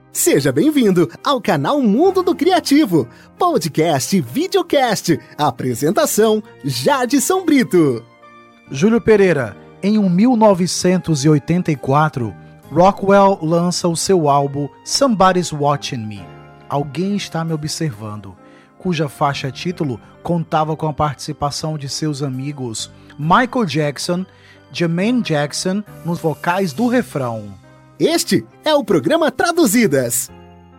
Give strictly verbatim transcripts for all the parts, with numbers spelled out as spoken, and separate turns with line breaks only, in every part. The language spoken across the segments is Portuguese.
Seja bem-vindo ao canal Mundo do Criativo, podcast e videocast. Apresentação, Jadson Brito.
Júlio Pereira, em mil novecentos e oitenta e quatro, Rockwell lança o seu álbum Somebody's Watching Me, Alguém Está Me Observando, cuja faixa título contava com a participação de seus amigos Michael Jackson, Jermaine Jackson nos vocais do refrão.
Este é o programa Traduzidas.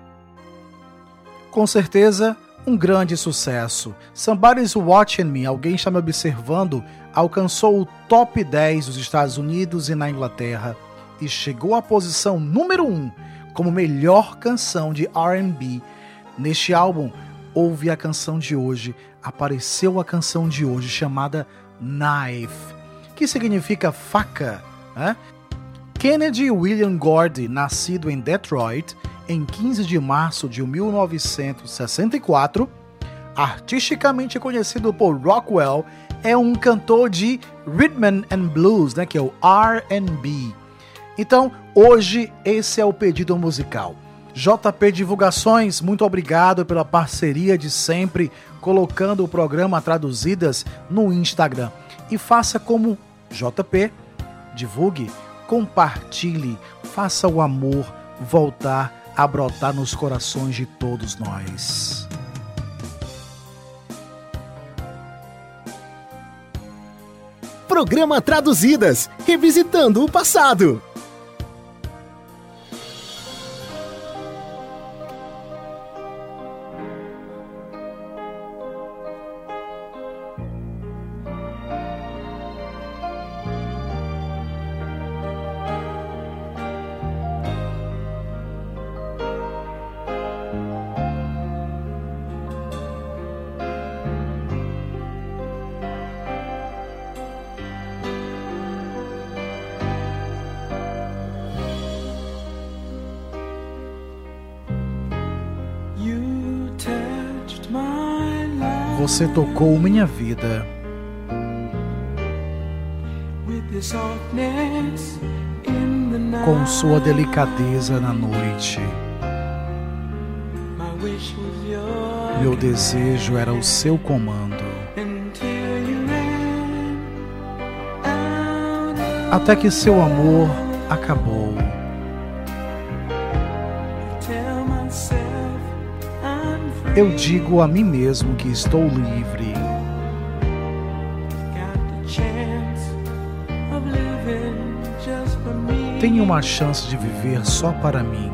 Com certeza, um grande sucesso. Somebody's Watching Me, Alguém Está Me Observando, alcançou o top dez dos Estados Unidos e na Inglaterra e chegou à posição número um como melhor canção de R and B. Neste álbum, houve a canção de hoje, apareceu a canção de hoje chamada Knife, que significa faca, né? Kennedy William Gordy, nascido em Detroit em quinze de março de mil novecentos e sessenta e quatro, artisticamente conhecido por Rockwell, é um cantor de Rhythm and Blues, né, que é o R and B. Então, hoje esse é o pedido musical. J P Divulgações, muito obrigado pela parceria de sempre, colocando o programa Traduzidas no Instagram. E faça como J P, divulgue, compartilhe, faça o amor voltar a brotar nos corações de todos nós.
Programa Traduzidas, revisitando o passado.
Você tocou minha vida com sua delicadeza na noite. Meu desejo era o seu comando. Até que seu amor acabou. Eu digo a mim mesmo que estou livre. Tenho uma chance de viver só para mim.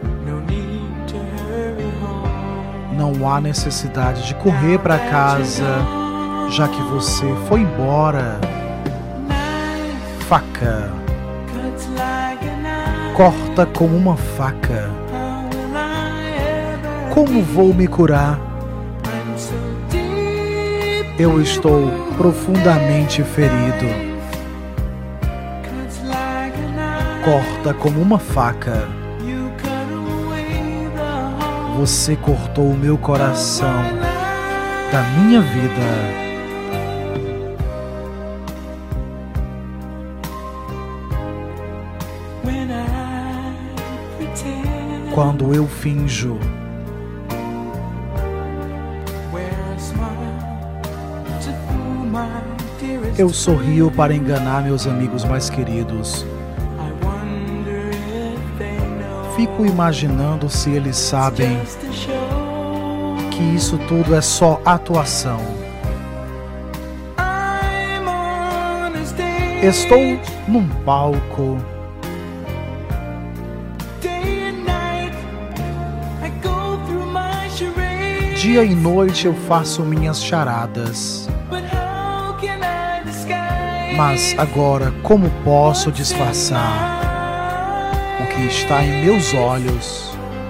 Não há necessidade de correr para casa, já que você foi embora. Faca. Corta como uma faca. Como vou me curar? Eu estou profundamente ferido. Corta como uma faca. Você cortou o meu coração da minha vida. Quando eu finjo, eu sorrio para enganar meus amigos mais queridos. Fico imaginando se eles sabem que isso tudo é só atuação. Estou num palco. Dia e noite eu faço minhas charadas. Mas agora, como posso disfarçar o que está em meus olhos?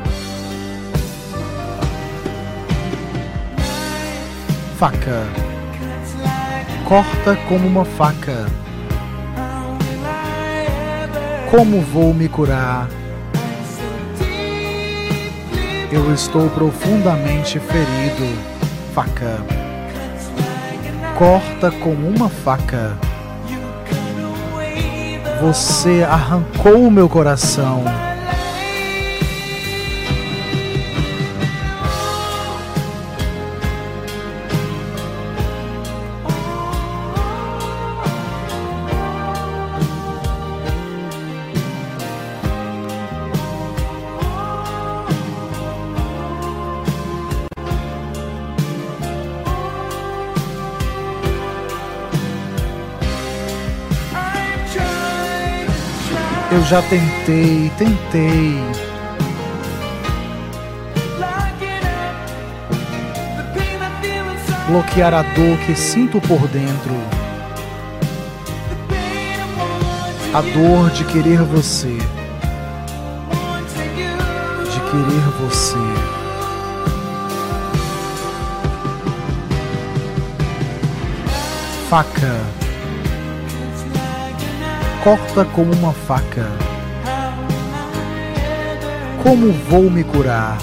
Faca. Corta como uma faca. Como vou me curar? Eu estou profundamente ferido. Faca. Corta como uma faca. Você arrancou o meu coração. Eu já tentei, tentei. Bloquear a dor que sinto por dentro. A dor de querer você. De querer você. Faca. Corta como uma faca. Como vou me curar?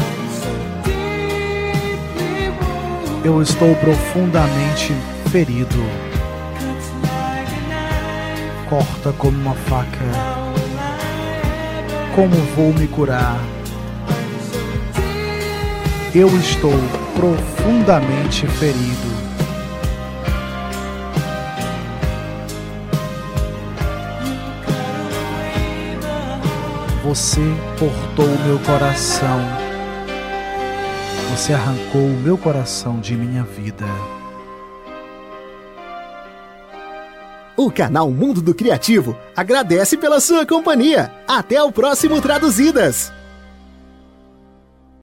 Eu estou profundamente ferido. Corta como uma faca. Como vou me curar? Eu estou profundamente ferido. Você cortou o meu coração. Você arrancou o meu coração de minha vida.
O canal Mundo do Criativo agradece pela sua companhia. Até o próximo Traduzidas!